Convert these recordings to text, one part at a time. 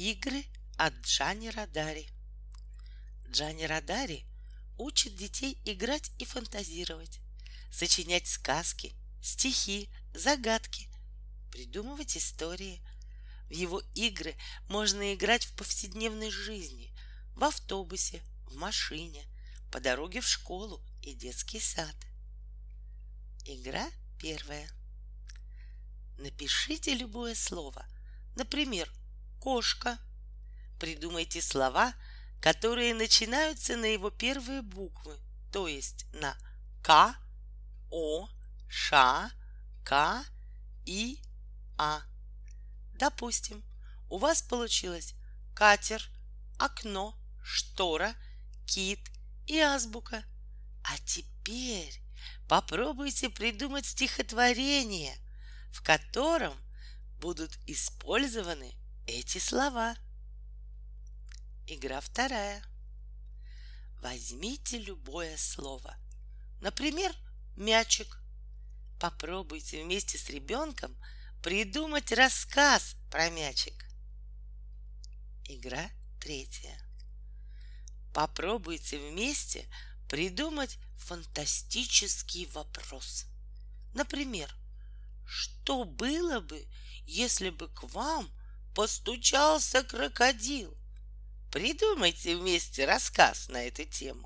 Игры от Джани Родари. Джани Родари учит детей играть и фантазировать, сочинять сказки, стихи, загадки, придумывать истории. В его игры можно играть в повседневной жизни, в автобусе, в машине, по дороге в школу и детский сад. Игра первая. Напишите любое слово, например, кошка. Придумайте слова, которые начинаются на его первые буквы, то есть на К, О, Ш, К, И, А. Допустим, у вас получилось катер, окно, штора, кит и азбука. А теперь попробуйте придумать стихотворение, в котором будут использованы эти слова. Игра вторая. Возьмите любое слово, например, мячик. Попробуйте вместе с ребенком придумать рассказ про мячик. Игра третья. Попробуйте вместе придумать фантастический вопрос. Например, что было бы, если бы к вам постучался крокодил? Придумайте вместе рассказ на эту тему.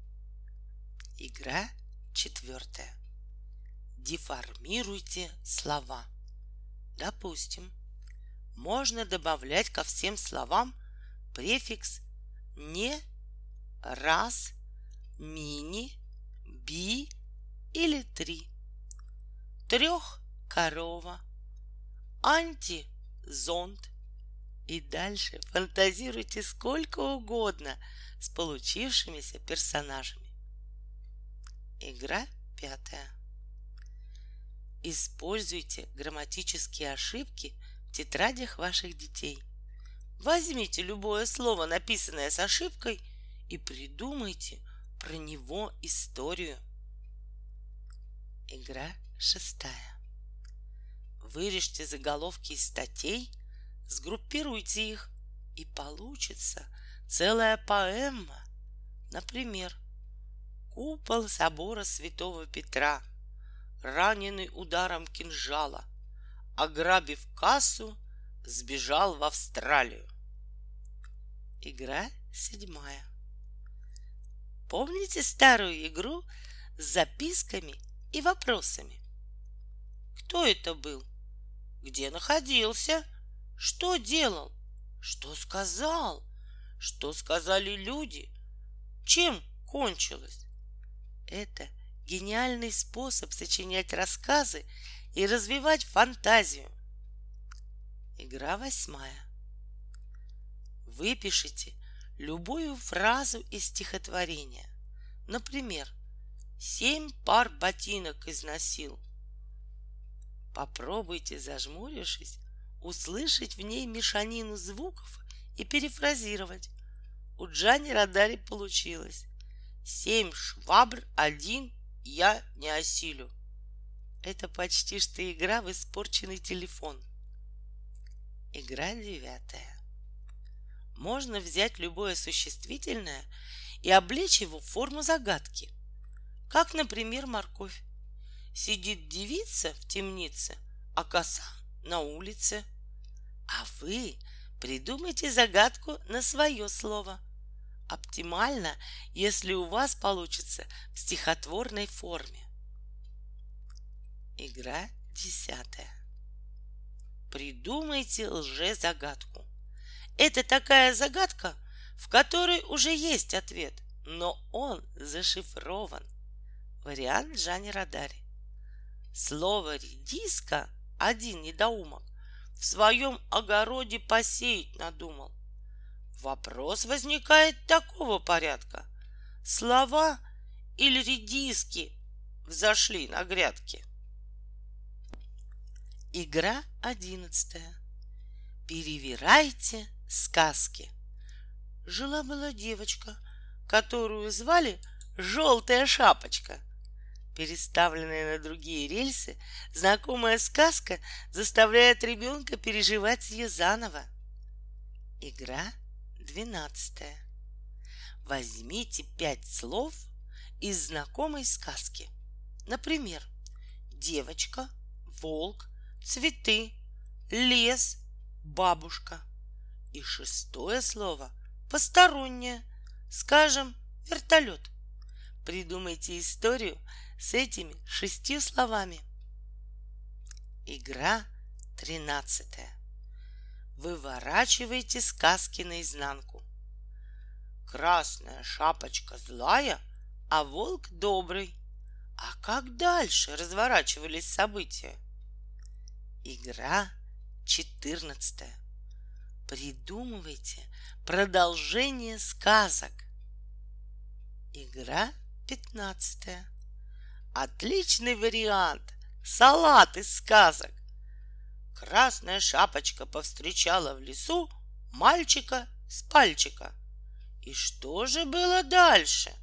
Игра четвертая. Деформируйте слова. Допустим, можно добавлять ко всем словам префикс не, раз, мини, би или три. Трех корова, антизонт. И дальше фантазируйте сколько угодно с получившимися персонажами. Игра пятая. Используйте грамматические ошибки в тетрадях ваших детей. Возьмите любое слово, написанное с ошибкой, и придумайте про него историю. Игра шестая. Вырежьте заголовки из статей, сгруппируйте их, и получится целая поэма. Например, купол собора Святого Петра, раненый ударом кинжала, ограбив кассу, сбежал в Австралию. Игра седьмая. Помните старую игру с записками и вопросами? Кто это был? Где находился? Что делал? Что сказал? Что сказали люди? Чем кончилось? Это гениальный способ сочинять рассказы и развивать фантазию. Игра восьмая. Выпишите любую фразу из стихотворения. Например, 7 пар ботинок износил. Попробуйте, зажмурившись, услышать в ней мешанину звуков и перефразировать. У Джани Родари получилось: 7 швабр, 1 я не осилю. Это почти что игра в испорченный телефон. Игра девятая. Можно взять любое существительное и облечь его в форму загадки. Как, например, морковь. Сидит девица в темнице, а коса на улице. А вы придумайте загадку на свое слово. Оптимально, если у вас получится в стихотворной форме. Игра десятая. Придумайте лжезагадку. Это такая загадка, в которой уже есть ответ, но он зашифрован. Вариант Джани Родари. Слово редиска один недоумок в своем огороде посеять надумал. Вопрос возникает такого порядка: слова или редиски взошли на грядки? Игра одиннадцатая. Перевирайте сказки. Жила-была девочка, которую звали Желтая шапочка. Переставленная на другие рельсы, знакомая сказка заставляет ребенка переживать ее заново. Игра 12. Возьмите 5 слов из знакомой сказки. Например, девочка, волк, цветы, лес, бабушка. И 6 слово постороннее, скажем, вертолет. Придумайте историю с этими 6 словами. Игра 13. Выворачивайте сказки наизнанку. Красная шапочка злая, а волк добрый. А как дальше разворачивались события? Игра 14. Придумывайте продолжение сказок. Игра 15. Отличный вариант. Салат из сказок. Красная шапочка повстречала в лесу мальчика с пальчика. И что же было дальше?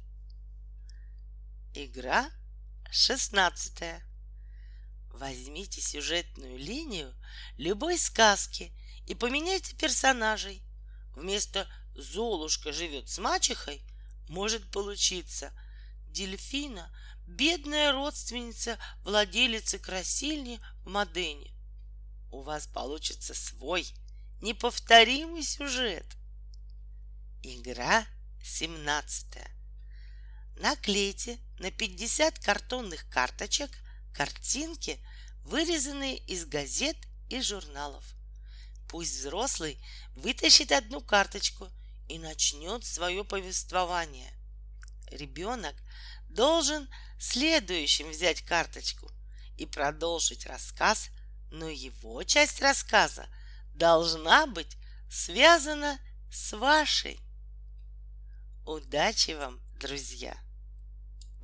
Игра 16. Возьмите сюжетную линию любой сказки и поменяйте персонажей. Вместо «Золушка живет с мачехой» может получиться Дельфина — бедная родственница владелицы красильни в Модене. У вас получится свой неповторимый сюжет. Игра 17. Наклейте на 50 картонных карточек картинки, вырезанные из газет и журналов. Пусть взрослый вытащит одну карточку и начнет свое повествование. Ребенок должен следующим взять карточку и продолжить рассказ, но его часть рассказа должна быть связана с вашей. Удачи вам, друзья!